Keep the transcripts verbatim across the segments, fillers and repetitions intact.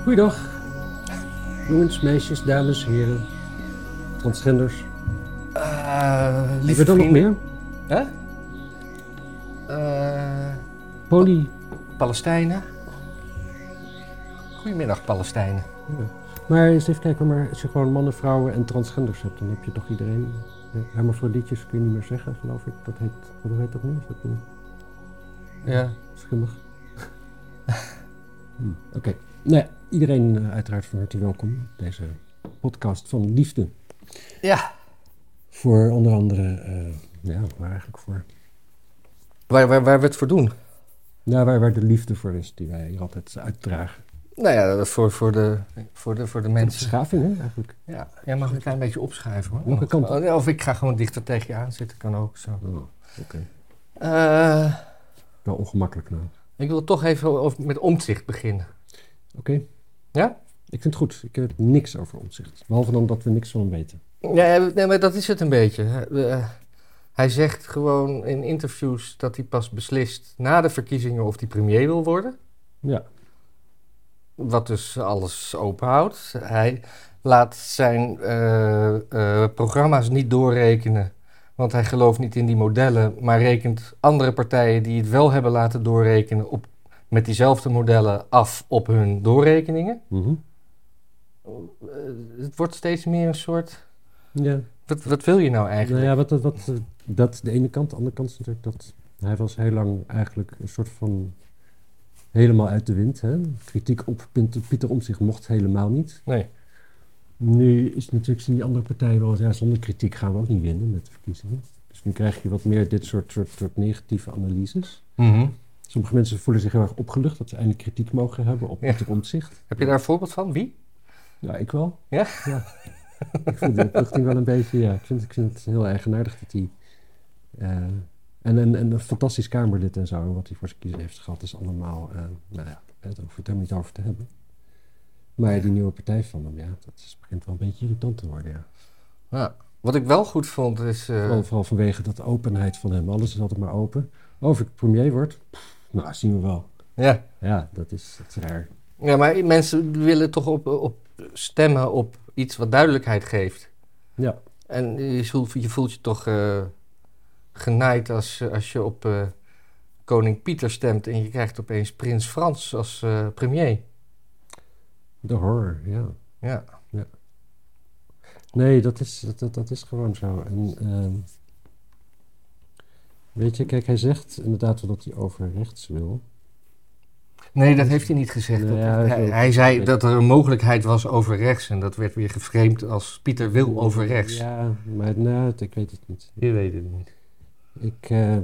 Goeiedag, jongens, meisjes, dames, heren, transgenders. Uh, Hebben we dan nog meer? Huh? Uh, Poly... Palestijnen. Goedemiddag, Palestijnen. Ja. Maar eens even kijken, maar als je gewoon mannen, vrouwen en transgenders hebt, dan heb je toch iedereen... Ja, hermafrodietjes kun je niet meer zeggen, geloof ik. Dat heet, dat heet dat niet? Is dat niet? Ja. Schimmig. hm, Oké. Okay. Nou ja, iedereen uh, uiteraard van harte welkom. Deze podcast van liefde. Ja. Voor onder andere, uh, ja, waar eigenlijk voor? Waar, waar, waar we het voor doen? Nou, waar, waar de liefde voor is, die wij hier altijd uitdragen. Nou ja, voor, voor, de, voor, de, voor de mensen. De beschaving, hè, eigenlijk. Ja, jij mag een klein beetje opschuiven, hoor. Welke kant op? Of ik ga gewoon dichter tegen je aan zitten, kan ook zo. Oh, oké. Okay. Uh, Wel ongemakkelijk nou. Ik wil toch even over, met Omtzigt beginnen. Oké. Okay. Ja? Ik vind het goed. Ik weet niks over Omtzigt. Behalve dan dat we niks van hem weten. Ja, nee, maar dat is het een beetje. Uh, hij zegt gewoon in interviews dat hij pas beslist na de verkiezingen of hij premier wil worden. Ja. Wat dus alles openhoudt. Hij laat zijn uh, uh, programma's niet doorrekenen. Want hij gelooft niet in die modellen. Maar rekent andere partijen die het wel hebben laten doorrekenen op, met diezelfde modellen af op hun doorrekeningen. Mm-hmm. Uh, het wordt steeds meer een soort... Ja. Wat, wat wil je nou eigenlijk? Nou ja, wat, wat, wat, dat is de ene kant. De andere kant is natuurlijk dat hij was heel lang eigenlijk een soort van helemaal uit de wind. Hè? Kritiek op Pieter Omtzigt mocht helemaal niet. Nee. Nu is het natuurlijk zien die andere partijen wel, ja, zonder kritiek gaan we ook niet winnen met de verkiezingen. Dus nu krijg je wat meer dit soort, soort, soort negatieve analyses. Mm-hmm. Sommige mensen voelen zich heel erg opgelucht dat ze eindelijk kritiek mogen hebben op Pieter ja. Omtzigt. Heb je daar een voorbeeld van? Wie? Ja, ik wel. Ja? Ja. Ik vind de opluchting wel een beetje, ja, ik vind, ik vind het heel eigenaardig dat hij... Uh, en, en, en een fantastisch Kamerlid en zo, en wat hij voor zijn kiezer heeft gehad, is allemaal, uh, nou ja, het hoeft het er niet over te hebben. Maar die nieuwe partij van hem, ja, dat is, begint wel een beetje irritant te worden, ja. Ja. Wat ik wel goed vond is... Uh... Vooral, vooral vanwege dat openheid van hem, alles is altijd maar open. Oh, of ik premier word, pff, nou, zien we wel. Ja. Ja, dat is, dat is raar. Ja, maar mensen willen toch op, op stemmen op iets wat duidelijkheid geeft. Ja. En je voelt je, voelt je toch uh, genaaid als, als je op uh, koning Pieter stemt en je krijgt opeens prins Frans als uh, premier. De horror, ja. Ja. ja. Nee, dat is, dat, dat, dat is gewoon zo. En, uh, weet je, kijk, hij zegt inderdaad wel dat hij over rechts wil. Nee, dat heeft hij niet gezegd. Nee, ja, hij, hij zei weet. dat er een mogelijkheid was over rechts. En dat werd weer geframed als Pieter wil over rechts. Ja, maar nou, ik weet het niet. Je weet het niet. Ik, uh,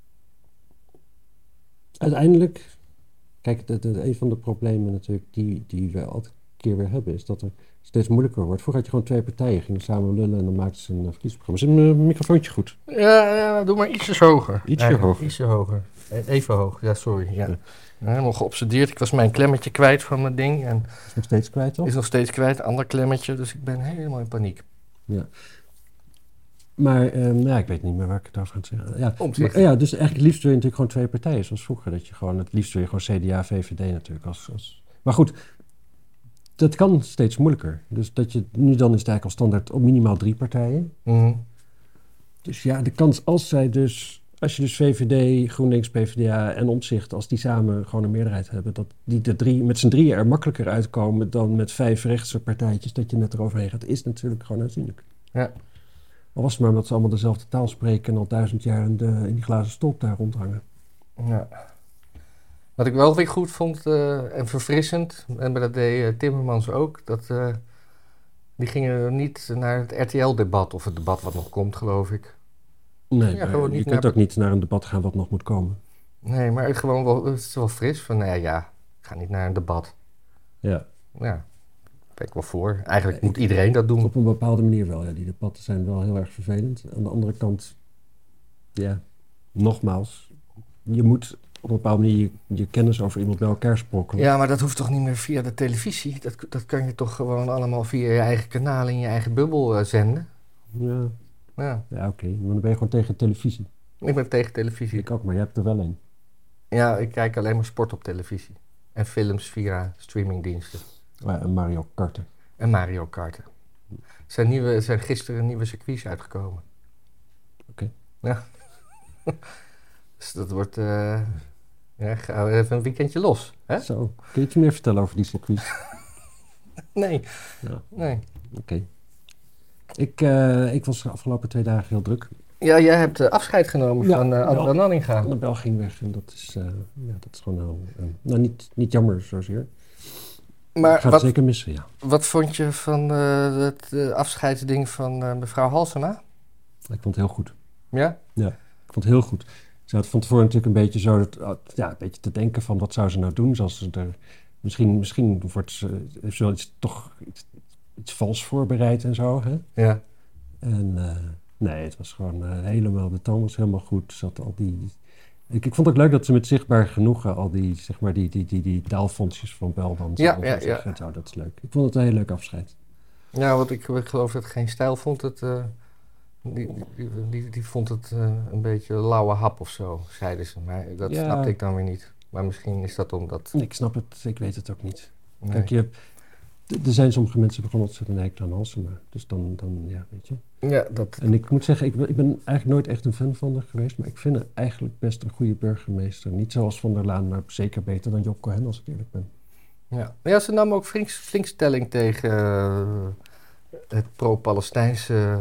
uiteindelijk, kijk, de, de, een van de problemen natuurlijk die, die we altijd een keer weer hebben, is dat er steeds moeilijker wordt. Vroeger had je gewoon twee partijen, gingen samen lullen en dan maakten ze een uh, verkiezingsprogramma. Is een uh, microfoontje goed? Ja, ja, doe maar ietsjes hoger. Ietsje ja, hoger. Ietsje hoger. Even hoog, ja, sorry. Ja. Ja. Helemaal geobsedeerd. Ik was mijn klemmetje kwijt van mijn ding. En is nog steeds kwijt, toch? Is nog steeds kwijt, ander klemmetje. Dus ik ben helemaal in paniek. Ja. Maar, um, ja, ik weet niet meer waar ik het over ga zeggen. Ja, maar, ja, dus eigenlijk het liefst wil je natuurlijk gewoon twee partijen, zoals vroeger. Dat je gewoon, het liefst wil je gewoon C D A, V V D natuurlijk. Als, als... Maar goed, dat kan steeds moeilijker. Dus dat je, nu dan is het eigenlijk al standaard op minimaal drie partijen. Mm-hmm. Dus ja, de kans als zij dus... Als je dus V V D, GroenLinks, P v d A en Omtzigt, als die samen gewoon een meerderheid hebben, dat die de drie, met z'n drieën er makkelijker uitkomen dan met vijf rechtse partijtjes dat je net eroverheen gaat, is natuurlijk gewoon aanzienlijk. Ja. Al was het maar omdat ze allemaal dezelfde taal spreken en al duizend jaar in, de, in die glazen stolp daar rondhangen. Ja. Wat ik wel weer goed vond uh, en verfrissend, en dat deed uh, Timmermans ook, dat uh, die gingen niet naar het R T L-debat, of het debat wat nog komt, geloof ik. Nee, ja, maar je kunt ook niet naar een debat gaan wat nog moet komen. Nee, maar gewoon wel, het is wel fris van, nou ja, ja, ik ga niet naar een debat. Ja. Ja, daar ben ik wel voor. Eigenlijk ja, moet iedereen dat doen. Op een bepaalde manier wel, ja. Die debatten zijn wel heel erg vervelend. Aan de andere kant, ja, nogmaals, je moet op een bepaalde manier je, je kennis over iemand bij elkaar sprokkelen. Ja, maar dat hoeft toch niet meer via de televisie? Dat, dat kan je toch gewoon allemaal via je eigen kanaal in je eigen bubbel uh, zenden? Ja. Ja, ja oké. Okay. Maar dan ben je gewoon tegen televisie. Ik ben tegen televisie. Ik ook, maar je hebt er wel een. Ja, ik kijk alleen maar sport op televisie. En films via streamingdiensten. Uh, Mario Kart. En Mario Kart. Er zijn, nieuwe, er zijn gisteren nieuwe circuits uitgekomen. Oké. Okay. Ja. Dus dat wordt... Uh, ja, gaan we even een weekendje los. Hè? Zo, kun je iets meer vertellen over die circuits? Nee. Ja. Nee. Oké. Okay. Ik, uh, ik was de afgelopen twee dagen heel druk. Ja, jij hebt uh, afscheid genomen ja, van uh, Annabel Nanninga. Annabel ging weg en dat is, uh, ja, dat is gewoon heel... Uh, nou, niet, niet jammer zozeer. Maar ik ga het zeker missen, ja. Wat vond je van uh, het uh, afscheidsding van uh, mevrouw Halsema? Ik vond het heel goed. Ja? Ja, ik vond het heel goed. Ze had van tevoren natuurlijk een beetje zo... Dat, ja, een beetje te denken van wat zou ze nou doen? Zoals ze er... Misschien, misschien wordt ze, heeft ze wel iets, toch iets, iets vals voorbereid en zo, hè? Ja. En uh, nee, het was gewoon uh, helemaal... De toon was helemaal goed. Ze had al die... Ik, ik vond het ook leuk dat ze met zichtbaar genoegen al die, zeg maar, die, die, die, die taalfondsjes van Belband... Ja, ja, ja. Zo, dat is leuk. Ik vond het een heel leuk afscheid. Ja, want ik, ik geloof dat Geen Stijl vond het... Uh, die, die, die, die vond het uh, een beetje lauwe hap of zo, zeiden ze. Maar dat ja. snapte ik dan weer niet. Maar misschien is dat omdat... Ik snap het, ik weet het ook niet. Nee. Kijk, je hebt, er zijn sommige mensen begonnen ontzettend hekel aan Halsema. Dus dan, dan, ja, weet je. Ja, dat... En ik moet zeggen, ik, ik ben eigenlijk nooit echt een fan van haar geweest. Maar ik vind haar eigenlijk best een goede burgemeester. Niet zoals Van der Laan, maar zeker beter dan Job Cohen, als ik eerlijk ben. Ja, ja ze nam ook flink, flink stelling tegen uh, het pro-Palestijnse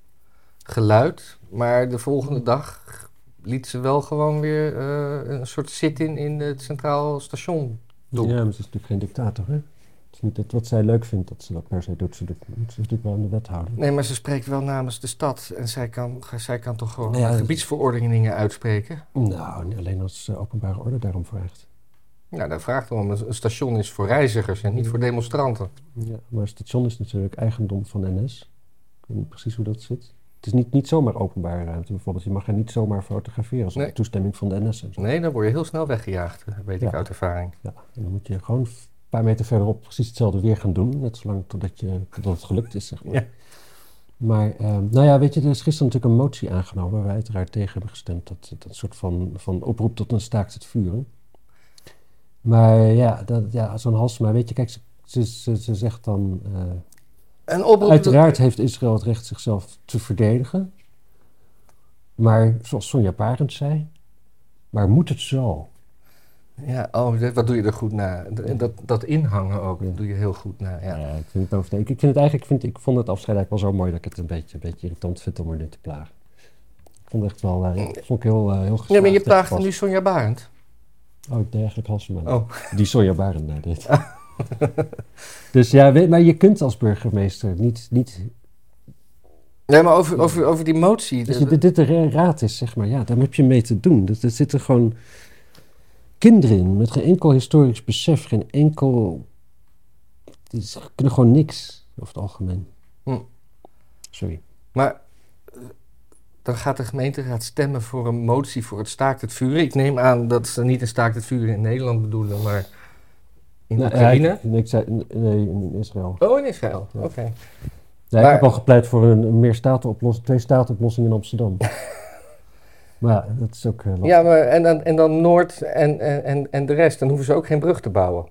geluid. Maar de volgende dag liet ze wel gewoon weer uh, een soort sit-in in het Centraal Station doen. Ja, maar ze is natuurlijk geen dictator, hè? Het is niet dat wat zij leuk vindt dat ze dat per se doet. Ze, doet, ze is natuurlijk wel aan de wet houden. Nee, maar ze spreekt wel namens de stad. En zij kan, zij kan toch gewoon ja, gebiedsverordeningen uitspreken? Nou, niet alleen als uh, openbare orde daarom vraagt. Nou, daar vraagt erom. Een station is voor reizigers en niet voor demonstranten. Ja, maar een station is natuurlijk eigendom van N S. Ik weet niet precies hoe dat zit. Het is niet, niet zomaar openbare ruimte bijvoorbeeld. Je mag er niet zomaar fotograferen zonder nee. toestemming van de N S. En zo. Nee, dan word je heel snel weggejaagd, weet ja. ik uit ervaring. Ja, en dan moet je gewoon een paar meter verderop precies hetzelfde weer gaan doen. Net zolang totdat, je, totdat het gelukt is, zeg maar. Ja. Maar, uh, nou ja, weet je, er is gisteren natuurlijk een motie aangenomen waar wij uiteraard tegen hebben gestemd. Dat, dat soort van, van oproep tot een staakt het vuren. Maar ja, dat, ja zo'n Halsema, weet je, kijk, ze, ze, ze, ze zegt dan... Uh, en oproep uiteraard heeft Israël het recht zichzelf te verdedigen. Maar zoals Sonja Barend zei, maar moet het zo? Ja, oh, wat doe je er goed na? Dat, dat inhangen ook, dat doe je heel goed na. Ja. Ja, ik vind het oversteken. Ik vind het eigenlijk, ik, vind, ik vond het afscheid eigenlijk wel zo mooi dat ik het een beetje, een beetje irritant vind om er nu te plagen. Ik vond het echt wel, uh, ja, vond ik heel, uh, heel geslaagd. Ja, maar je plaagt nu Sonja Barend. Oh, ik deed eigenlijk Halsema. Oh. Die Sonja Barend nou deed. Dus ja, weet, maar je kunt als burgemeester niet... niet nee, maar over, over, over die motie... Als je, dit, dit de raad is, zeg maar, ja, daar heb je mee te doen. Dus er zitten gewoon kinderen in met geen enkel historisch besef, geen enkel... Ze kunnen gewoon niks, over het algemeen. Hm. Sorry. Maar dan gaat de gemeenteraad stemmen voor een motie voor het staakt het vuren. Ik neem aan dat ze niet een staakt het vuren in Nederland bedoelen, maar in nou, Oekraïne? Ja, ik, ik zei, nee, in Israël. Oh, in Israël, ja. Oké. Okay. Ja, ik heb al gepleit voor een, een meer statenoplossing, twee statenoplossing in Amsterdam. Maar ja, dat is ook uh, lastig. Ja, maar en dan, en dan Noord en, en, en de rest, dan hoeven ze ook geen brug te bouwen.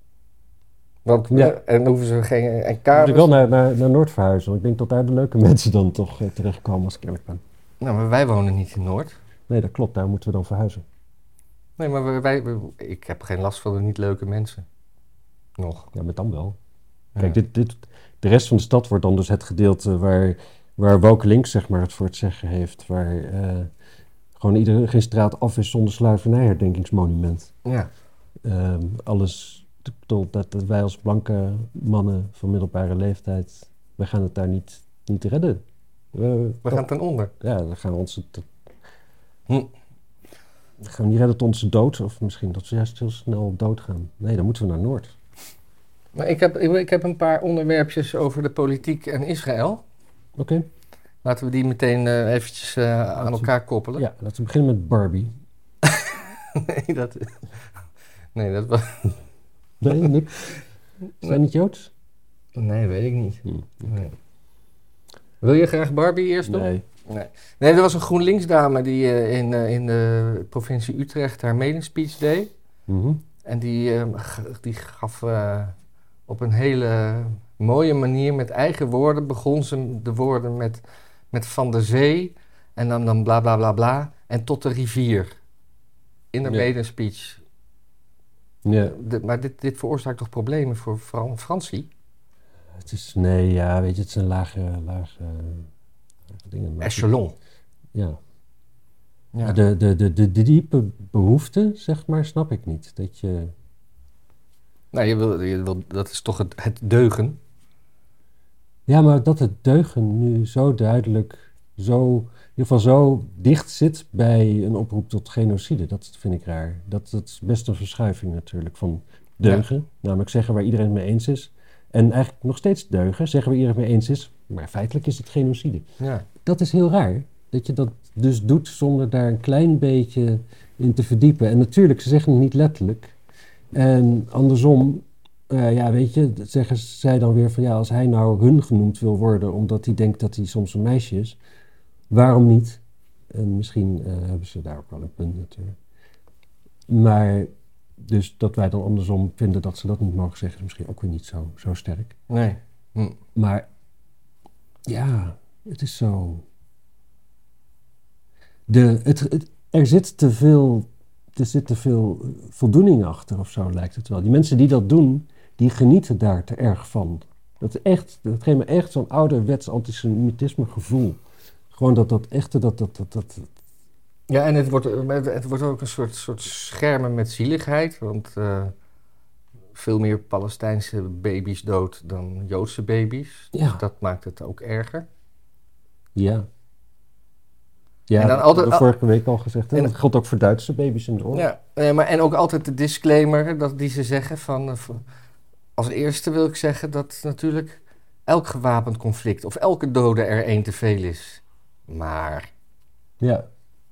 Want ja. uh, en dan hoeven ze geen en kabels... Ik wil naar, naar, naar Noord verhuizen, want ik denk dat daar de leuke mensen dan toch uh, terechtkomen, als ik eerlijk ben. Nou, maar wij wonen niet in Noord. Nee, dat klopt, daar moeten we dan verhuizen. Nee, maar wij, wij, ik heb geen last van de niet leuke mensen. Nog. Ja, maar dan wel. Ja. Kijk, dit, dit, de rest van de stad wordt dan dus het gedeelte waar, waar woke links, zeg maar, het voor het zeggen heeft. Waar uh, gewoon iedere, geen straat af is zonder slavernijherdenkingsmonument. Ja. Um, alles, dat, dat wij als blanke mannen van middelbare leeftijd, wij gaan het daar niet, niet redden. We, we gaan ten onder. Ja, dan gaan we onze... Te, hm. We gaan niet redden tot onze dood, of misschien dat we juist heel snel doodgaan. Nee, dan moeten we naar Noord. Maar ik heb, ik heb een paar onderwerpjes over de politiek en Israël. Oké. Okay. Laten we die meteen uh, eventjes uh, aan we, elkaar koppelen. Ja, laten we beginnen met Barbie. nee, dat... Nee, dat was... nee, niks. Is dat niet Joods? Nee, weet ik niet. Hm. Nee. Wil je graag Barbie eerst doen? Nee. Nee. Nee, er was een GroenLinks-dame die uh, in, uh, in de provincie Utrecht haar mailing speech deed. Mm-hmm. En die, uh, g- die gaf uh, op een hele mooie manier met eigen woorden begon ze de woorden met, met van de zee en dan, dan bla bla bla bla en tot de rivier. In haar Ja. maiden speech. Ja. De, maar dit, dit veroorzaakt toch problemen voor Fran- Fransie? Het is, nee, ja, weet je, het zijn lage, lage, lage dingen. Maar Echelon. Ja. Ja. Ja, de, de, de, de, de diepe behoefte, zeg maar, snap ik niet. Dat je... Nou, je wil, je wil, dat is toch het, het deugen? Ja, maar dat het deugen nu zo duidelijk, zo, in ieder geval zo dicht zit bij een oproep tot genocide, dat vind ik raar. Dat, dat is best een verschuiving natuurlijk van deugen, ja. Namelijk zeggen waar iedereen het mee eens is. En eigenlijk nog steeds deugen, zeggen waar iedereen het mee eens is, maar feitelijk is het genocide. Ja. Dat is heel raar, dat je dat dus doet zonder daar een klein beetje in te verdiepen. En natuurlijk, ze zeggen het niet letterlijk. En andersom, uh, ja, weet je, zeggen zij dan weer van ja, als hij nou hun genoemd wil worden, omdat hij denkt dat hij soms een meisje is, waarom niet? En misschien uh, hebben ze daar ook wel een punt natuurlijk. Maar dus dat wij dan andersom vinden dat ze dat niet mogen zeggen, is misschien ook weer niet zo, zo sterk. Nee. Hm. Maar ja, het is zo. De, het, het, er zit te veel, er zit te veel voldoening achter of zo, lijkt het wel. Die mensen die dat doen, die genieten daar te erg van. Dat, echt, dat geeft me echt zo'n ouderwets antisemitisme gevoel. Gewoon dat dat echte, dat, dat, dat, dat... Ja, en het wordt, het wordt ook een soort, soort schermen met zieligheid, want uh, veel meer Palestijnse baby's dood dan Joodse baby's. Ja. Dus dat maakt het ook erger. Ja. Ja, en dan dat altijd, hebben we vorige week al gezegd. Hè? En, dat geldt ook voor Duitse baby's in de oorlog. Ja, eh, maar en ook altijd de disclaimer dat die ze zeggen van... Uh, als eerste wil ik zeggen dat natuurlijk elk gewapend conflict of elke dode er één te veel is. Maar... Ja.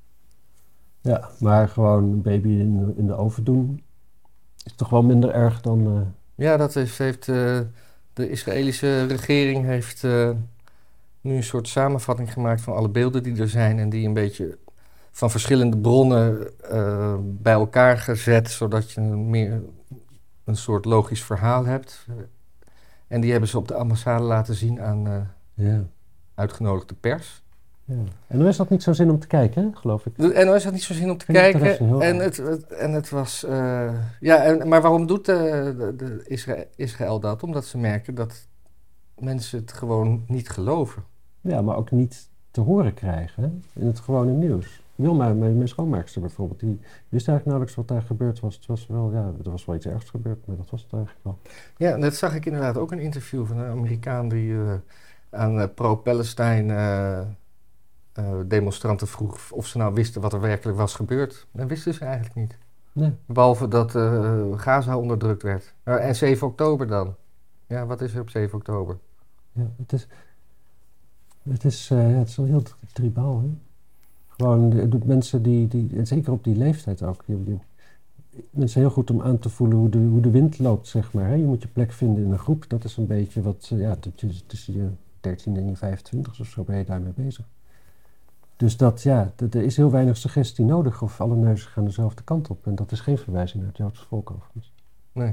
Ja, maar gewoon een baby in de, in de oven doen is toch wel minder erg dan... Uh... Ja, dat heeft, heeft uh, de Israëlische regering heeft... Uh, nu een soort samenvatting gemaakt van alle beelden die er zijn en die een beetje van verschillende bronnen uh, bij elkaar gezet, zodat je een meer een soort logisch verhaal hebt. En die hebben ze op de ambassade laten zien aan uh, ja. uitgenodigde pers. Ja. En dan is dat niet zo zin om te kijken, hè, geloof ik. En dan is dat niet zo zin om te kijken. En het, het, en het was... Uh, ja, en, maar waarom doet de, de, de Israël, Israël dat? Omdat ze merken dat mensen het gewoon niet geloven. Ja, maar ook niet te horen krijgen, hè? In het gewone nieuws. Wilma, mijn, mijn schoonmaakster bijvoorbeeld, die wist eigenlijk nauwelijks wat daar gebeurd was. Het was wel, ja, er was wel iets ergs gebeurd, maar dat was het eigenlijk wel. Ja, dat zag ik inderdaad ook een interview van een Amerikaan die uh, aan uh, pro-Palestijn uh, uh, demonstranten vroeg of ze nou wisten wat er werkelijk was gebeurd. Dat wisten ze eigenlijk niet. Nee. Behalve dat uh, Gaza onderdrukt werd. Uh, en zeven oktober dan. Ja, wat is er op zeven oktober? Ja, het is... Het is, uh, ja, het is wel heel tribaal, hè? Gewoon, het doet mensen die, die, en zeker op die leeftijd ook, die, die, mensen heel goed om aan te voelen hoe de, hoe de wind loopt, zeg maar. Hè? Je moet je plek vinden in een groep, dat is een beetje wat, uh, ja, tussen je dertien en je vijfentwintig of zo ben je daarmee bezig. Dus dat, ja, dat, er is heel weinig suggestie nodig of alle neuzen gaan dezelfde kant op. En dat is geen verwijzing naar het Joodse volk overigens. Nee.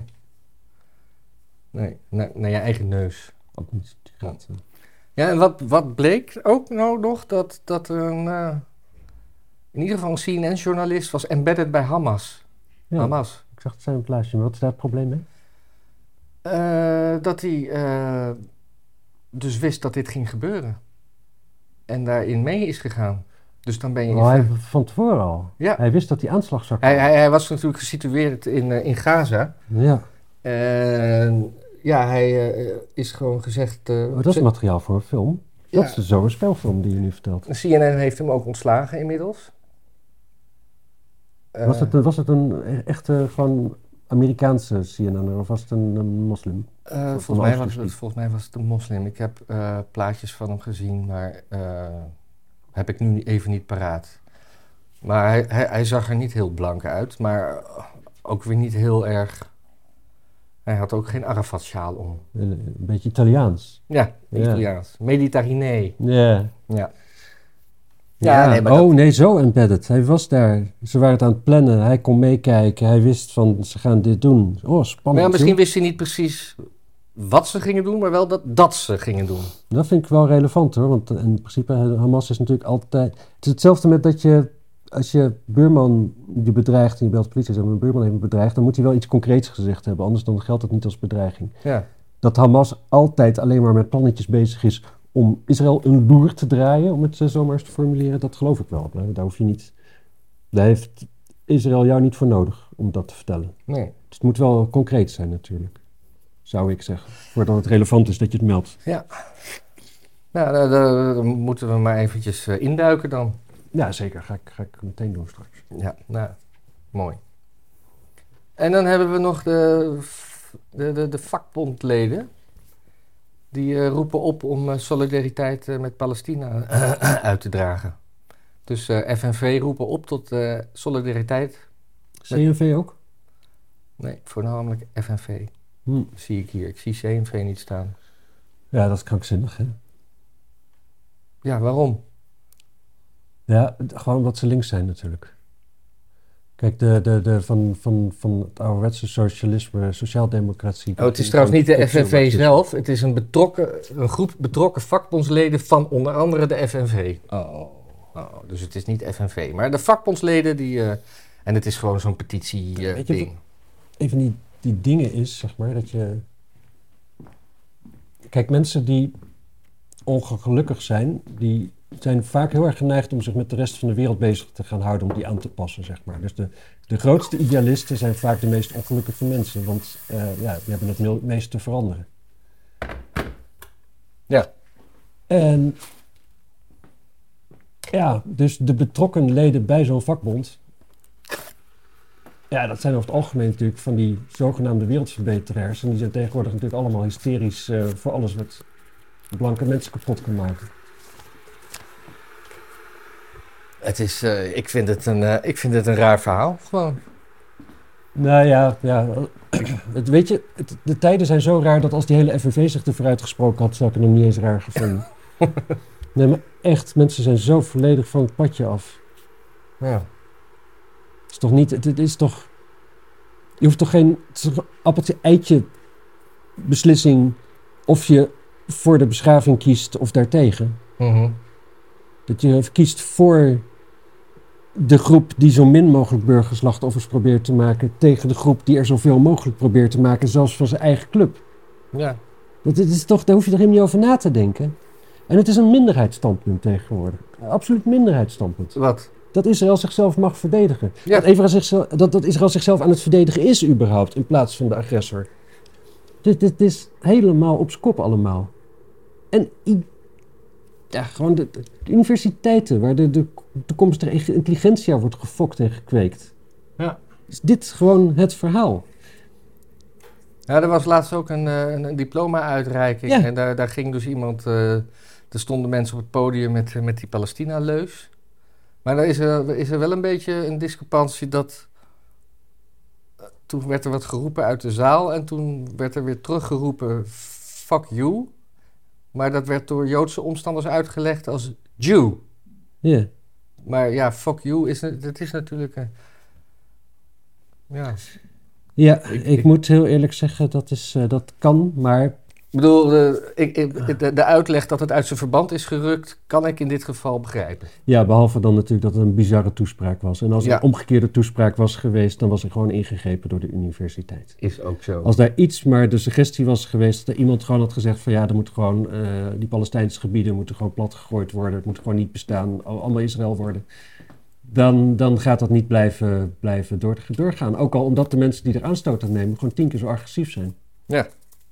Nee, naar, naar je eigen neus. Ook niet. Die gaat, uh, Ja, en wat, wat bleek ook nou nog? Dat, dat er een, uh, in ieder geval een C N N-journalist was embedded bij Hamas. ja, Hamas. Ik zag het zijn op het lijstje, maar wat is daar het probleem mee? Uh, dat hij uh, dus wist dat dit ging gebeuren. En daarin mee is gegaan. Dus dan ben je... Oh, hij, van tevoren al? Ja. Hij wist dat die aanslag zou komen? Hij, hij, hij was natuurlijk gesitueerd in, uh, in Gaza. Ja. En... Ja, hij uh, is gewoon gezegd... Uh, oh, dat is materiaal voor een film. Ja. Dat is zo'n spelfilm die je nu vertelt. C N N heeft hem ook ontslagen inmiddels. Uh, was, het, was het een echte, gewoon Amerikaanse C N N of was het een, een moslim? Uh, volgens, mij was het, volgens mij was het een moslim. Ik heb uh, plaatjes van hem gezien, maar uh, heb ik nu even niet paraat. Maar hij, hij, hij zag er niet heel blank uit, maar ook weer niet heel erg... Hij had ook geen Arafat-sjaal om. Een beetje Italiaans. Ja, Italiaans. Ja. Mediterranee. Yeah. Ja. Ja. Ja, nee, maar oh, dat... nee, zo embedded. Hij was daar. Ze waren het aan het plannen. Hij kon meekijken. Hij wist van, ze gaan dit doen. Oh, spannend. Maar ja, misschien joh. wist hij niet precies wat ze gingen doen, maar wel dat, dat ze gingen doen. Dat vind ik wel relevant hoor, want in principe Hamas is natuurlijk altijd... Het is hetzelfde met dat je, als je buurman je bedreigt en je belt de politie en zegt, mijn buurman heeft me bedreigd, dan moet hij wel iets concreets gezegd hebben, anders dan geldt het niet als bedreiging. Ja. Dat Hamas altijd alleen maar met plannetjes bezig is om Israël een loer te draaien, om het zo maar eens te formuleren, dat geloof ik wel. Daar hoef je niet... Daar heeft Israël jou niet voor nodig om dat te vertellen. Nee. Dus het moet wel concreet zijn natuurlijk, zou ik zeggen. Voordat het relevant is dat je het meldt. Ja. Nou, daar, daar, daar moeten we maar eventjes uh, induiken dan. Ja, zeker. Ga ik, ga ik meteen doen straks. Ja, nou, mooi. En dan hebben we nog de, de, de, de vakbondleden. Die uh, roepen op om uh, solidariteit uh, met Palestina uh, uit te dragen. Dus uh, F N V roepen op tot uh, solidariteit. C N V ook? Nee, voornamelijk F N V. Hm. Zie ik hier. Ik zie C N V niet staan. Ja, dat is krankzinnig, hè? Ja, waarom? Ja, gewoon omdat ze links zijn natuurlijk. Kijk, de, de, de, van, van, van het ouderwetse socialisme, sociaaldemocratie... Oh, het is trouwens niet de F N V zelf. Het is een, betrokken, een groep betrokken vakbondsleden van onder andere de F N V. Oh, oh dus het is niet F N V. Maar de vakbondsleden die... Uh, en het is gewoon zo'n petitie uh, Weet je, ding. Een van die, die dingen is, zeg maar, dat je... Kijk, mensen die ongelukkig zijn, die zijn vaak heel erg geneigd om zich met de rest van de wereld bezig te gaan houden, om die aan te passen, zeg maar. Dus de, de grootste idealisten zijn vaak de meest ongelukkige mensen, want uh, ja, die hebben het me- meest te veranderen. Ja. En ja, dus de betrokken leden bij zo'n vakbond, ja, dat zijn over het algemeen natuurlijk van die zogenaamde wereldverbeteraars. En die zijn tegenwoordig natuurlijk allemaal hysterisch uh, voor alles wat blanke mensen kapot kan maken. Het is, uh, ik, vind het een, uh, ik vind het een raar verhaal, gewoon. Nou ja, ja het, weet je, het, de tijden zijn zo raar dat als die hele F N V zich ervoor uitgesproken had, zou ik het nog niet eens raar gevonden. Nee, maar echt, mensen zijn zo volledig van het padje af. Ja. Het is toch niet, het, het is toch, je hoeft toch geen appeltje-eitje beslissing of je voor de beschaving kiest of daartegen. Mm-hmm. Dat je kiest voor de groep die zo min mogelijk burgerslachtoffers probeert te maken, tegen de groep die er zoveel mogelijk probeert te maken, zelfs van zijn eigen club. Ja. Dat is toch, daar hoef je er helemaal niet over na te denken. En het is een minderheidsstandpunt tegenwoordig. Absoluut minderheidsstandpunt. Wat? Dat Israël zichzelf mag verdedigen. Ja. Dat, Israël zichzelf, dat, dat Israël zichzelf aan het verdedigen is überhaupt, in plaats van de agressor. Dit, dit is helemaal op z'n kop allemaal. En i- ja, gewoon de, de universiteiten waar de, de toekomstige intelligentia wordt gefokt en gekweekt. Ja. Is dit gewoon het verhaal? Ja, er was laatst ook een, uh, een, een diploma-uitreiking. Ja. En daar, daar ging dus iemand... Uh, er stonden mensen op het podium met, uh, met die Palestina-leus. Maar daar is er, is er wel een beetje een discrepantie dat... Uh, toen werd er wat geroepen uit de zaal. En toen werd er weer teruggeroepen... Fuck you. Maar dat werd door Joodse omstanders uitgelegd als Jew. Ja. Yeah. Maar ja, fuck you, is, dat is natuurlijk... Uh, ja... Ja, ik, ik moet heel eerlijk zeggen, dat, is, uh, dat kan, maar... Ik bedoel, de, ik, ik, de, de uitleg dat het uit zijn verband is gerukt, kan ik in dit geval begrijpen. Ja, behalve dan natuurlijk dat het een bizarre toespraak was. En als er ja. een omgekeerde toespraak was geweest, dan was er gewoon ingegrepen door de universiteit. Is ook zo. Als daar iets maar de suggestie was geweest, dat iemand gewoon had gezegd van ja, er moet gewoon, uh, die Palestijnse gebieden moeten gewoon plat gegooid worden. Het moet gewoon niet bestaan, allemaal Israël worden. Dan, dan gaat dat niet blijven, blijven door, doorgaan. Ook al omdat de mensen die er aanstoot aan nemen gewoon tien keer zo agressief zijn. Ja.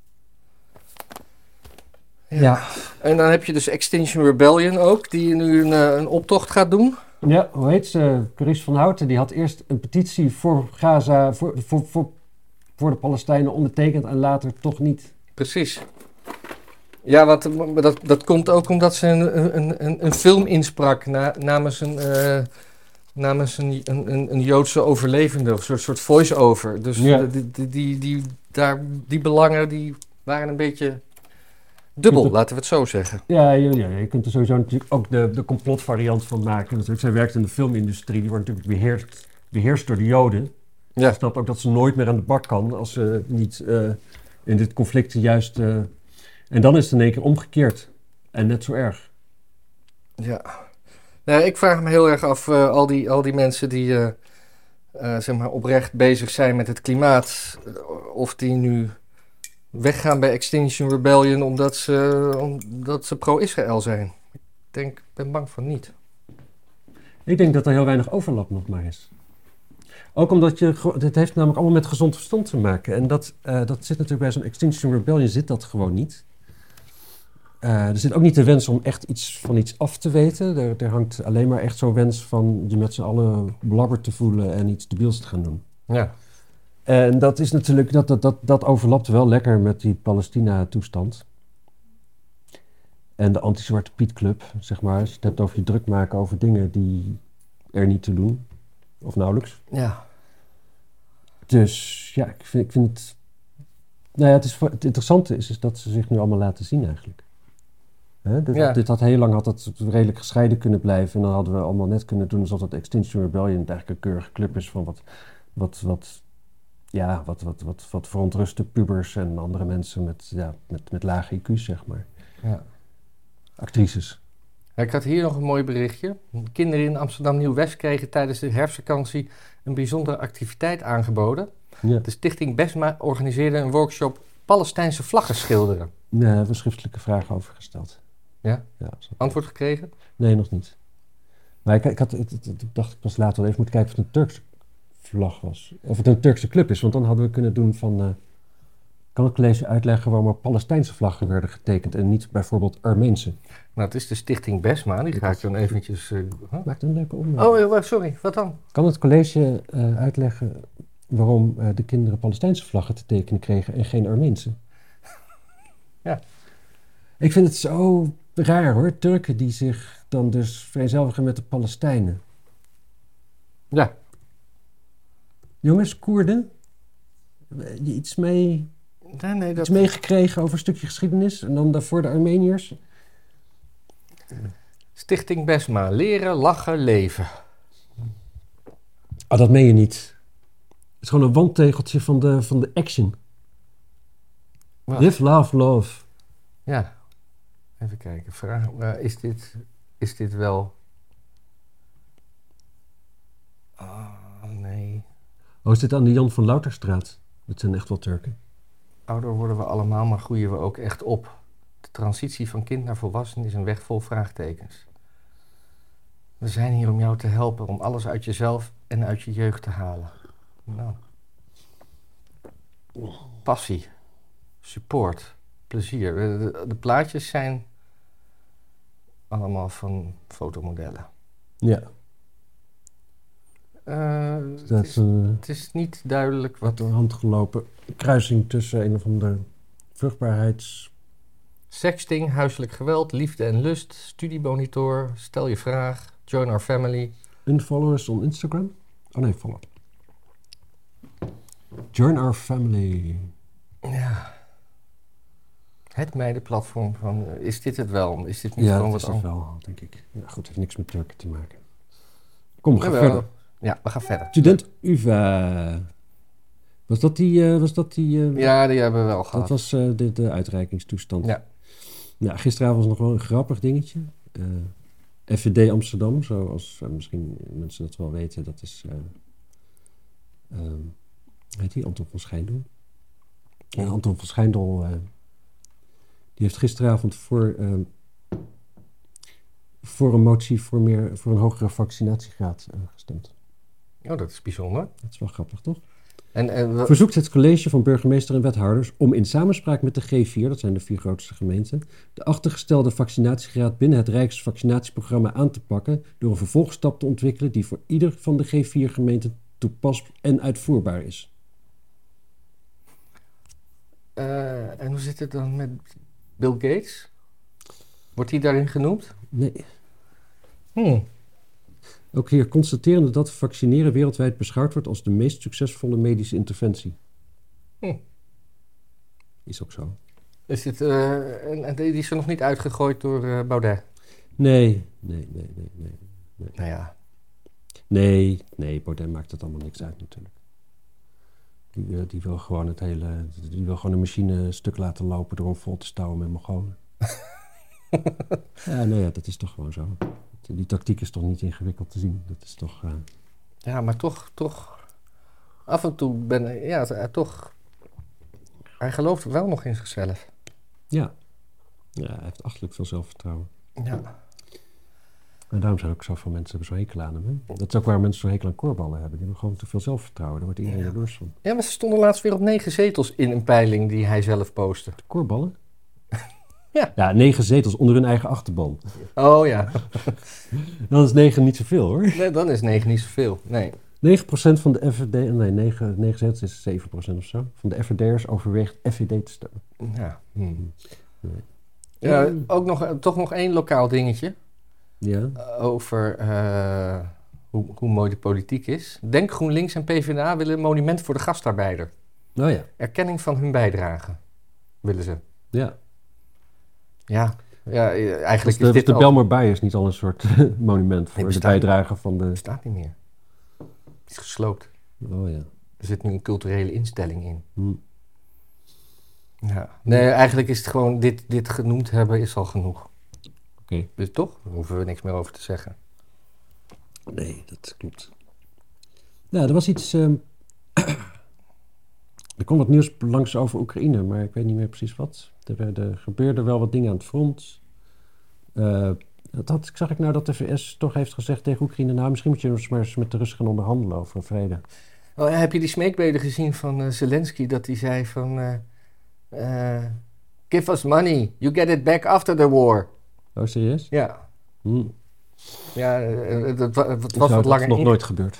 Ja. ja. En dan heb je dus Extinction Rebellion ook, die nu een, een optocht gaat doen. Ja, hoe heet ze? Carice van Houten, die had eerst een petitie voor Gaza, voor, voor, voor, voor de Palestijnen ondertekend en later toch niet. Precies. Ja, want dat, dat komt ook omdat ze een, een, een, een film insprak na, namens een... Uh, namens een, een, een Joodse overlevende, of een soort, soort voice-over. Dus ja. die, die, die, die, daar, die belangen die waren een beetje dubbel, het, laten we het zo zeggen. Ja, ja, ja, je kunt er sowieso natuurlijk ook de, de complotvariant van maken. Natuurlijk, zij werkt in de filmindustrie, die wordt natuurlijk beheerst, beheerst door de Joden. Ja. Ik snap ook dat ze nooit meer aan de bak kan als ze niet uh, in dit conflict juist... Uh, en dan is het in één keer omgekeerd. En net zo erg. Ja. Nou, ik vraag me heel erg af, uh, al, die, al die mensen die uh, uh, zeg maar oprecht bezig zijn met het klimaat... Uh, of die nu weggaan bij Extinction Rebellion omdat ze, omdat ze pro-Israël zijn. Ik denk, ben bang van niet. Ik denk dat er heel weinig overlap nog maar is. Ook omdat je... Het heeft namelijk allemaal met gezond verstand te maken. En dat, uh, dat zit natuurlijk bij zo'n Extinction Rebellion zit dat gewoon niet. Uh, er zit ook niet de wens om echt iets van iets af te weten. Er, er hangt alleen maar echt zo'n wens van je met z'n allen blabberd te voelen en iets debiels te gaan doen. Ja. En dat is natuurlijk, dat, dat, dat, dat overlapt wel lekker met die Palestina-toestand. En de anti-Zwarte Piet Club, zeg maar. Als je het hebt over je druk maken over dingen die er niet te doen. Of nauwelijks. Ja. Dus ja, ik vind, ik vind het... Nou ja, het, is, het interessante is, is dat ze zich nu allemaal laten zien eigenlijk. Hè? Dit, Ja. dit had heel lang had dat redelijk gescheiden kunnen blijven. En dan hadden we allemaal net kunnen doen alsof dat Extinction Rebellion eigenlijk een keurige club is van wat... wat, wat ja, wat, wat, wat, wat verontruste pubers en andere mensen met, ja, met, met lage I Q's, zeg maar. Ja. Actrices. Ik had hier nog een mooi berichtje. Kinderen in Amsterdam Nieuw-West kregen tijdens de herfstvakantie een bijzondere activiteit aangeboden. Ja. De stichting Besma organiseerde een workshop Palestijnse vlaggen schilderen. Ja, daar hebben we schriftelijke vragen over gesteld. Ja? Ja, Antwoord gekregen? nee, nog niet. Maar ik, ik, had, ik, ik dacht, ik pas later wel even moeten kijken of het een Turkse vlag was. Of het een Turkse club is, want dan hadden we kunnen doen van... Uh, kan het college uitleggen waarom er Palestijnse vlaggen werden getekend en niet bijvoorbeeld Armeense? Nou, het is de stichting Besma. Die ga ik dan eventjes... Uh, huh? Maakt een leuke opmerking. Oh, sorry. Wat dan? Kan het college uh, uitleggen waarom uh, de kinderen Palestijnse vlaggen te tekenen kregen en geen Armeense? Ja. Ik vind het zo raar hoor, Turken die zich dan dus vereenzelvigen met de Palestijnen. Ja. Jongens, Koerden, iets mee, Nee, nee, dat... iets meegekregen over een stukje geschiedenis en dan daarvoor de Armeniërs. Stichting Besma. Leren, lachen, leven. Ah, dat meen je niet. Het is gewoon een wandtegeltje van de, van de Action. Wat? Live, love, love. Ja. Even kijken. Vraag, uh, is, dit, is dit wel... Oh, nee. Oh, is dit aan de Jan van Louterstraat? Dat zijn echt wel Turken. Ouder worden we allemaal, maar groeien we ook echt op. De transitie van kind naar volwassen is een weg vol vraagtekens. We zijn hier om jou te helpen, om alles uit jezelf en uit je jeugd te halen. Nou. Passie, support, plezier. De, de, de plaatjes zijn allemaal van fotomodellen. Ja. Uh, Dat het, is is, een het is niet duidelijk wat wat... door hand gelopen kruising tussen een of andere vruchtbaarheids... Sexting, huiselijk geweld, liefde en lust, studiemonitor, stel je vraag, join our family. Unfollow us on Instagram? Oh nee, follow. Join our family. Ja. Het meidenplatform van, uh, is dit het wel? Is dit niet Ja, gewoon dat wat is het anders? wel, denk ik. Ja, goed, het heeft niks met Turken te maken. Kom, we gaan Jawel. verder. Ja, we gaan verder. Student U v A. Was dat die... Uh, was dat die uh, Ja, die hebben we wel gehad. Dat was uh, de, de uitreikingstoestand. Ja. Ja, gisteravond was nog wel een grappig dingetje. Uh, F V D Amsterdam, zoals uh, misschien mensen dat wel weten, dat is... Uh, uh, heet die? Anton van Schijndel. En Anton van Schijndel... Uh, die heeft gisteravond voor... Uh, voor een motie voor, meer, voor een hogere vaccinatiegraad uh, gestemd. Oh, dat is bijzonder. Dat is wel grappig, toch? En, en we... Verzoekt het college van burgemeester en wethouders om in samenspraak met de G vier, dat zijn de vier grootste gemeenten, de achtergestelde vaccinatiegraad binnen het Rijksvaccinatieprogramma aan te pakken door een vervolgstap te ontwikkelen die voor ieder van de G vier gemeenten toepasbaar en uitvoerbaar is. Uh, en hoe zit het dan met Bill Gates? Wordt hij daarin genoemd? Nee. Hmm. Ook hier constaterende dat vaccineren wereldwijd beschouwd wordt als de meest succesvolle medische interventie. Hmm. Is ook zo. Is dit, uh, en, en die is er nog niet uitgegooid door uh, Baudet? Nee, nee, nee, nee, nee, nee. Nou ja. Nee, nee, Baudet maakt het allemaal niks uit natuurlijk. Die, uh, die wil gewoon het hele... Die wil gewoon een machine een stuk laten lopen door hem vol te stouwen met Mongolen. Ja, nee, ja, dat is toch gewoon zo. Die tactiek is toch niet ingewikkeld te zien. Dat is toch... Uh... Ja, maar toch, toch... Af en toe ben ik... Ja, uh, toch... Hij gelooft wel nog in zichzelf. Ja. Ja, hij heeft achterlijk veel zelfvertrouwen. Ja. En daarom zijn ook zoveel mensen zo hekel aan hem. Hè? Dat is ook waar mensen zo hekel aan korballen hebben. Die hebben gewoon te veel zelfvertrouwen. Daar wordt iedereen Ja. jaloers van. Ja, maar ze stonden laatst weer op negen zetels in een peiling die hij zelf postte. De korballen? Ja. Ja, negen zetels onder hun eigen achterban. Oh ja. Dan is negen niet zoveel hoor. Nee, dan is negen niet zoveel. Nee. negen procent van de F V D... Nee, negen, negen zetels is zeven procent of zo. Van de F V D'ers overweegt F V D te stemmen. Ja. Hmm. Nee. Ja, ook nog, toch nog één lokaal dingetje. Ja. Over uh, hoe, hoe mooi de politiek is. Denk GroenLinks en PvdA willen een monument voor de gastarbeider. Oh ja. Erkenning van hun bijdrage willen ze. Ja. Ja, ja eigenlijk dus de, is dit de al... Belmer Baai is niet al een soort monument voor Nee, de bijdrage van de... Het bestaat niet meer. Het is gesloopt. Oh ja. Er zit nu een culturele instelling in. Hm. Ja. Nee, eigenlijk is het gewoon... Dit, dit genoemd hebben is al genoeg. Oké. Okay. Dus toch? Daar hoeven we niks meer over te zeggen. Nee, dat klopt. Ja, er was iets... Um... er kwam wat nieuws langs over Oekraïne, maar ik weet niet meer precies wat. Er, er gebeurden wel wat dingen aan het front. Uh, dat had, zag ik nou dat de V S toch heeft gezegd tegen Oekraïne... nou, misschien moet je dus maar eens met de Russen gaan onderhandelen over vrede. Oh, heb je die smeekbeden gezien van uh, Zelensky? Dat hij zei van... Uh, uh, give us money, you get it back after the war. Oh, serieus? Ja. Hm. Ja, het, het, het, het was Zou wat langer... Dat is nog in... nooit gebeurd.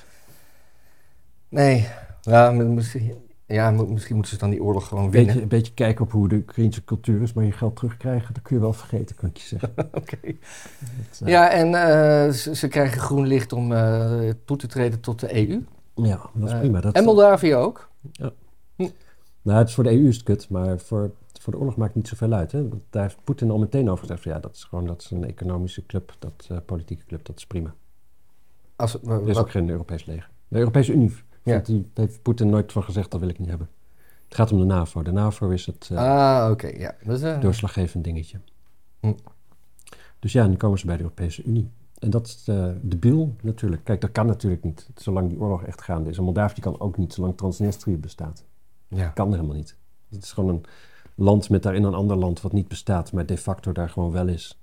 Nee. Ja, misschien, ja, misschien moeten ze dan die oorlog gewoon winnen. Beetje, een beetje kijken op hoe de Oekraïnse cultuur is, maar je geld terugkrijgen, dat kun je wel vergeten, kan ik je zeggen. Oké. Okay. Uh... Ja, en uh, ze, ze krijgen groen licht om uh, toe te treden tot de E U. Ja, dat is uh, prima. Dat en Moldavië ook. Ja. Hm. Nou, het is voor de E U is het kut, maar voor, voor de oorlog maakt het niet zoveel uit. Hè? Daar heeft Poetin al meteen over gezegd, ja, dat is gewoon dat is een economische club, dat uh, politieke club, dat is prima. Als, uh, er is ook geen Europees leger. De Europese Unie, ja. die heeft Poetin nooit van gezegd, dat wil ik niet hebben. Het gaat om de NAVO. De NAVO is het uh, ah, okay, ja. dat is, uh... doorslaggevend dingetje. Hm. Dus ja, nu komen ze bij de Europese Unie. En dat is uh, debiel natuurlijk. Kijk, dat kan natuurlijk niet, zolang die oorlog echt gaande is. En Moldavië kan ook niet, zolang Transnistrië bestaat. Ja. Dat kan helemaal niet. Het is gewoon een land met daarin een ander land wat niet bestaat, maar de facto daar gewoon wel is.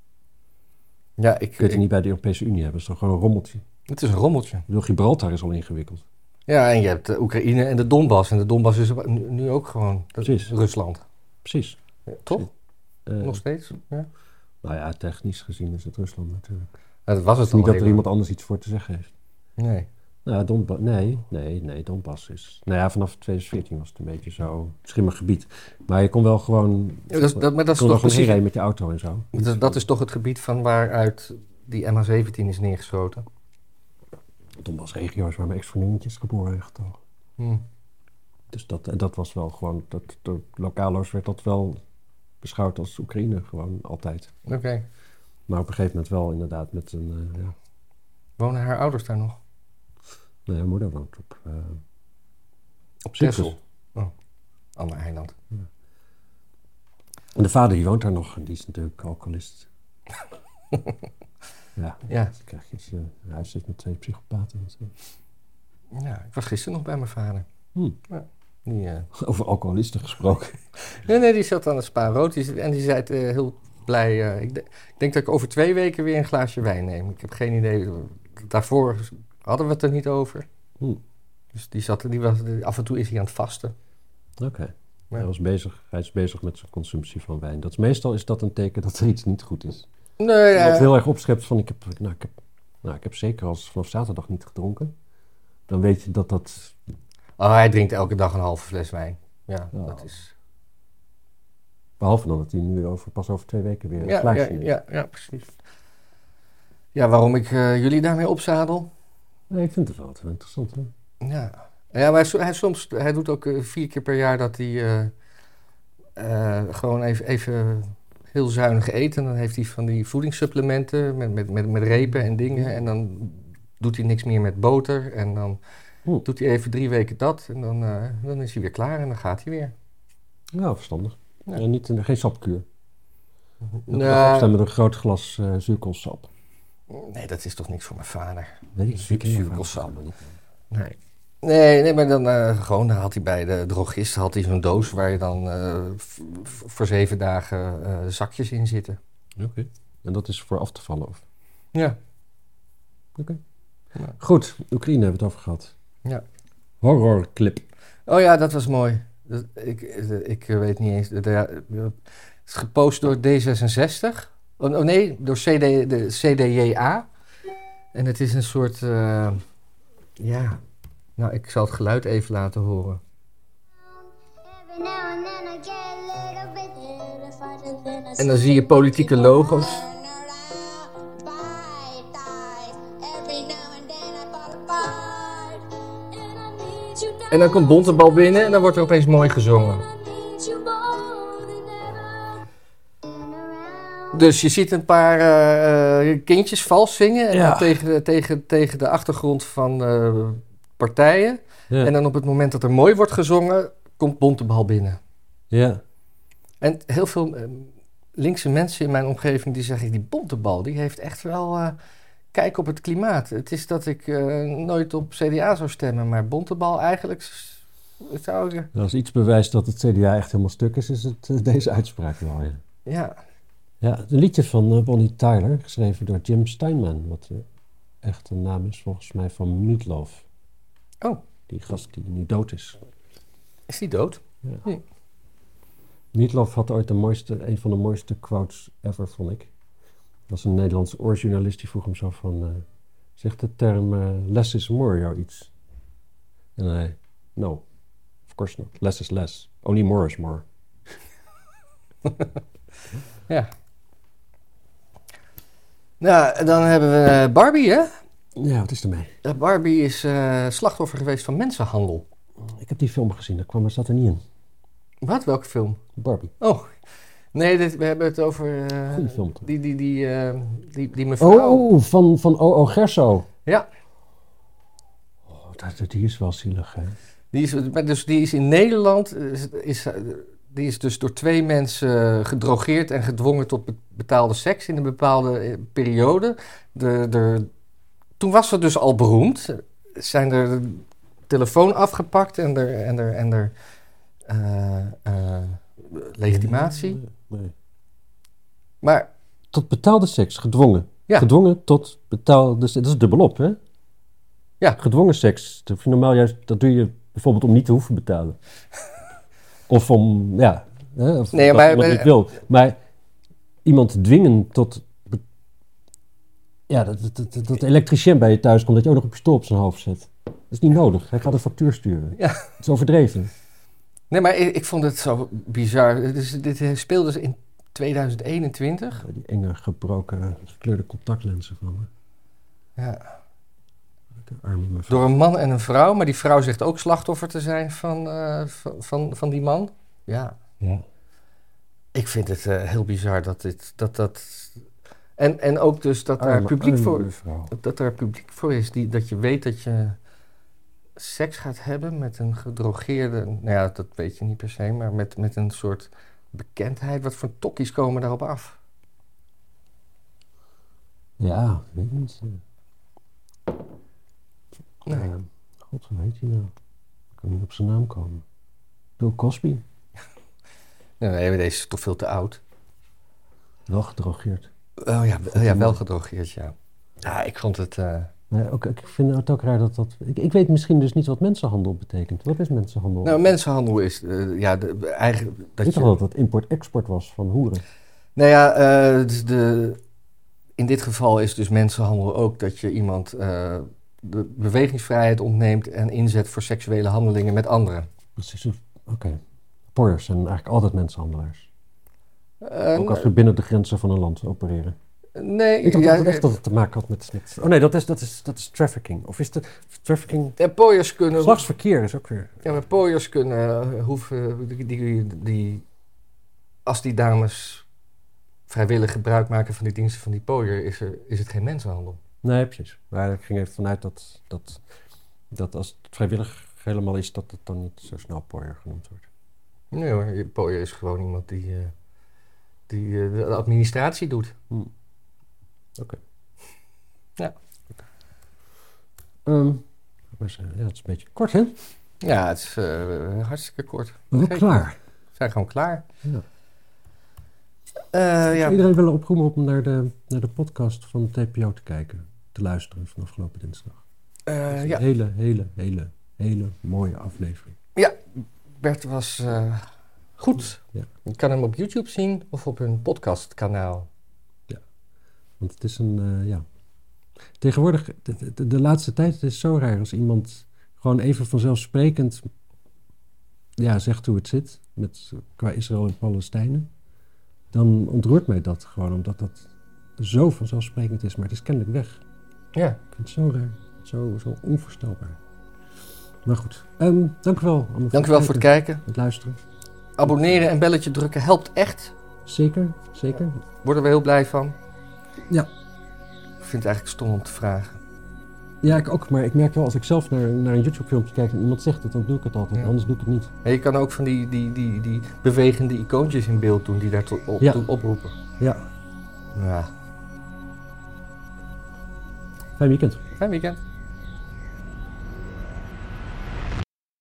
Ja, ik... Kun je het ik... niet bij de Europese Unie hebben, het is toch gewoon een rommeltje. Het is een rommeltje. Ik bedoel, Gibraltar is al ingewikkeld. Ja, en je hebt de Oekraïne en de Donbass. En de Donbass is nu ook gewoon Precies. Rusland. Precies. Ja, toch? Uh, Nog steeds? Ja. Nou ja, technisch gezien is het Rusland natuurlijk. Ja, dat was het, het niet dat er even. iemand anders iets voor te zeggen heeft. Nee. Nou, Donbass, nee, nee, nee, Donbass is... Nou ja, vanaf twintig veertien was het een beetje zo schimmig gebied. Maar je kon wel gewoon... Ja, dat, dat, maar dat is kon toch gewoon precies... heen met je auto en zo. Dat, dat is toch het gebied van waaruit die M H zeventien is neergeschoten? Donbass-regio is waar mijn ex-vriendinnetje is geboren en getogen. Hmm. Dus dat, dat was wel gewoon... Dat, door lokalo's werd dat wel beschouwd als Oekraïne gewoon altijd. Oké. Okay. Maar op een gegeven moment wel inderdaad met een... Uh, ja. Wonen haar ouders daar nog? Nee, haar moeder woont op... Uh, op Texel? Oh, ander eiland. Ja. En de vader die woont daar nog en die is natuurlijk alcoholist. ja, ja. Dan krijg je als je huis zit met twee psychopaten en zo. Ja, ik was gisteren nog bij mijn vader. Hmm. Ja, die, uh... Over alcoholisten gesproken. nee, nee, die zat aan het Spa Rood en die zei het uh, heel blij. Uh, ik, de, ik denk dat ik over twee weken weer een glaasje wijn neem. Ik heb geen idee. Daarvoor hadden we het er niet over. Hmm. Dus die zat, die was, af en toe is hij aan het vasten. Oké. Okay. Ja. Hij, was bezig, hij is bezig met zijn consumptie van wijn. Dat is, meestal is dat een teken dat er iets niet goed is. Nee, Wat uh, heel erg opschept van, ik heb, nou, ik, heb, nou, ik heb zeker als vanaf zaterdag niet gedronken. Dan weet je dat dat... Oh, hij drinkt elke dag een halve fles wijn. Ja, oh. dat is... Behalve dan dat hij nu over, pas over twee weken weer een ja, glaasje ja, neemt. ja, ja, precies. Ja, waarom ik uh, jullie daarmee opzadel? Nee, ik vind het wel interessant, hè? Ja, ja maar hij, hij, soms, hij doet ook uh, vier keer per jaar dat hij uh, uh, gewoon even, even heel zuinig eet. En dan heeft hij van die voedingssupplementen met, met, met, met repen en dingen. En dan doet hij niks meer met boter. En dan Hm. Doet hij even drie weken dat en dan, uh, dan is hij weer klaar en dan gaat hij weer. Ja, verstandig. Ja. Ja, niet, geen sapkuur. Nee. Afstaan met een groot glas uh, zuurkoolsap. Nee, dat is toch niks voor mijn vader. Weet ik Zuur- niet. zuurkoolsap. Nee. Nee, nee, maar dan uh, gewoon dan had hij bij de drogist had hij zo'n doos waar je dan uh, v- v- voor zeven dagen uh, zakjes in zitten. Oké. Okay. En dat is voor af te vallen? Of? Ja. Oké. Okay. Ja. Goed, Oekraïne hebben we het over gehad. Ja. Horrorclip. Oh ja, dat was mooi. Dat, ik, ik weet niet eens. Het is gepost door D zesenzestig. Oh, oh nee, door C D, de C D J A. En het is een soort... Uh, ja... Nou, ik zal het geluid even laten horen. En dan zie je politieke logo's. En dan komt Bontebal binnen en dan wordt er opeens mooi gezongen. Dus je ziet een paar uh, kindjes vals zingen. En ja. dan tegen, tegen, tegen de achtergrond van uh, partijen. Ja. En dan op het moment dat er mooi wordt gezongen, komt Bontebal binnen. Ja. En heel veel uh, linkse mensen in mijn omgeving die zeggen... die Bontebal, die heeft echt wel uh, kijk op het klimaat. Het is dat ik uh, nooit op C D A zou stemmen, maar Bontebal eigenlijk... zou ik... Als iets bewijst dat het C D A echt helemaal stuk is, is het uh, deze uitspraak wel. Ja. Ja. Ja, een liedje van uh, Bonnie Tyler, geschreven door Jim Steinman, wat uh, echt een naam is volgens mij van Meatloaf. Oh. Die gast die nu dood is. Is die dood? Ja. Hm. Meatloaf had ooit de mooiste, een van de mooiste quotes ever, vond ik. Dat was een Nederlandse oorjournalist die vroeg hem zo van... Uh, zegt de term uh, less is more jou iets? En hij... No, of course not. Less is less. Only more is more. Ja. Nou, dan hebben we Barbie, hè? Ja, wat is ermee? Barbie is uh, slachtoffer geweest van mensenhandel. Ik heb die film gezien, daar kwam er zat er niet in. Wat? Welke film? Barbie. Oh, nee, dit, we hebben het over... Uh, Goeie film toch? Die, die, die, uh, die, die mevrouw... Oh, van, van O O Gerso. Ja. Oh, dat, die is wel zielig, hè? Die is, dus die is in Nederland... Is, is, die is dus door twee mensen gedrogeerd en gedwongen tot betaalde seks in een bepaalde periode. De, de, toen was ze dus al beroemd. Zijn er telefoon afgepakt en er, en er, en er uh, uh, legitimatie. Nee, nee. Maar... Tot betaalde seks, gedwongen. Ja. Gedwongen tot betaalde seks. Dat is dubbelop, hè? Ja. Gedwongen seks. Dat, je normaal juist, dat doe je bijvoorbeeld om niet te hoeven betalen. Of om, ja... Hè, of nee, dat maar, iemand maar, niet wil. Maar iemand te dwingen tot... Be- ja, dat, dat, dat, dat de elektricien bij je thuis komt, dat je ook nog een pistool op zijn hoofd zet. Dat is niet nodig. Hij gaat een factuur sturen. Ja. Het is overdreven. Nee, maar ik, ik vond het zo bizar. Dus, dit speelde dus in tweeduizend eenentwintig. Die enge, gebroken, gekleurde contactlenzen van me. Ja. Arme mevrouw. Door een man en een vrouw, maar die vrouw zegt ook slachtoffer te zijn van, uh, van, van, van die man. Ja. Ja. Ik vind het uh, heel bizar dat dit... Dat, dat, en, en ook dus dat arme, daar publiek voor, mevrouw. dat er publiek voor is. Die, dat je weet dat je seks gaat hebben met een gedrogeerde... Nou ja, dat weet je niet per se, maar met, met een soort bekendheid. Wat voor tokkies komen daarop af? Ja, weet ik niet. Nee. Uh, God, hoe heet hij nou? Ik kan niet op zijn naam komen. Bill Cosby. Nee, deze is toch veel te oud. Wel gedrogeerd. Oh ja, uh, ja wel gedrogeerd, ja. Ja, ik vond het... Uh... Nee, ook, ik vind het ook raar dat dat... Ik, ik weet misschien dus niet wat mensenhandel betekent. Wat is mensenhandel? Nou, mensenhandel is... Uh, ja, de, eigenlijk... Dat ik je... dacht dat het import-export was van hoeren. Nou ja, uh, dus de, in dit geval is dus mensenhandel ook dat je iemand... Uh, de bewegingsvrijheid ontneemt en inzet voor seksuele handelingen met anderen. Precies, oké. Okay. Porjers zijn eigenlijk altijd mensenhandelaars. Uh, ook als we binnen de grenzen van een land opereren. Nee, ik dacht ja, dat het echt dat het te maken had met... met oh nee, dat is, dat, is, dat is trafficking. Of is het trafficking... Ja, pooiers kunnen... Geslachtsverkeer is ook weer... Ja, maar pooiers kunnen uh, hoeven... Die, die, die, als die dames vrijwillig gebruik maken van die diensten van die pooier, is, er, is het geen mensenhandel. Nee, precies. Maar ik ging even vanuit dat, dat dat als het vrijwillig helemaal is, dat het dan niet zo snel pooier genoemd wordt. Nee hoor, je pooier is gewoon iemand die, uh, die uh, de administratie doet. Hm. Oké. Okay. Ja. Okay. Um, ja, het is een beetje kort, hè? Ja, het is uh, hartstikke kort. We zijn klaar. We zijn gewoon klaar. Ja. Uh, ik ja. iedereen willen oproepen om naar de, naar de podcast van T P O te kijken. Te luisteren van afgelopen dinsdag. Uh, een ja. hele, hele, hele, hele mooie aflevering. Ja, Bert was uh, goed. Ja. Je kan hem op YouTube zien of op hun podcastkanaal. Ja, want het is een, uh, ja... Tegenwoordig, de, de, de laatste tijd, het is zo raar als iemand gewoon even vanzelfsprekend ja, zegt hoe het zit met, qua Israël en Palestijnen. Dan ontroert mij dat gewoon, omdat dat zo vanzelfsprekend is, maar het is kennelijk weg. Ja. Ik vind het zo raar, zo, zo onvoorstelbaar. Maar goed, um, dank u wel. Dank u wel voor het kijken. Het luisteren. Abonneren en belletje drukken helpt echt. Zeker, zeker. Worden we heel blij van. Ja. Ik vind het eigenlijk stom om te vragen. Ja, ik ook, maar ik merk wel als ik zelf naar, naar een YouTube-filmpje kijk en iemand zegt het, dan doe ik het altijd, ja. Anders doe ik het niet. En je kan ook van die, die, die, die bewegende icoontjes in beeld doen die daar tot op, ja. toe oproepen. Ja. Ja. Fijn weekend. Fijn weekend.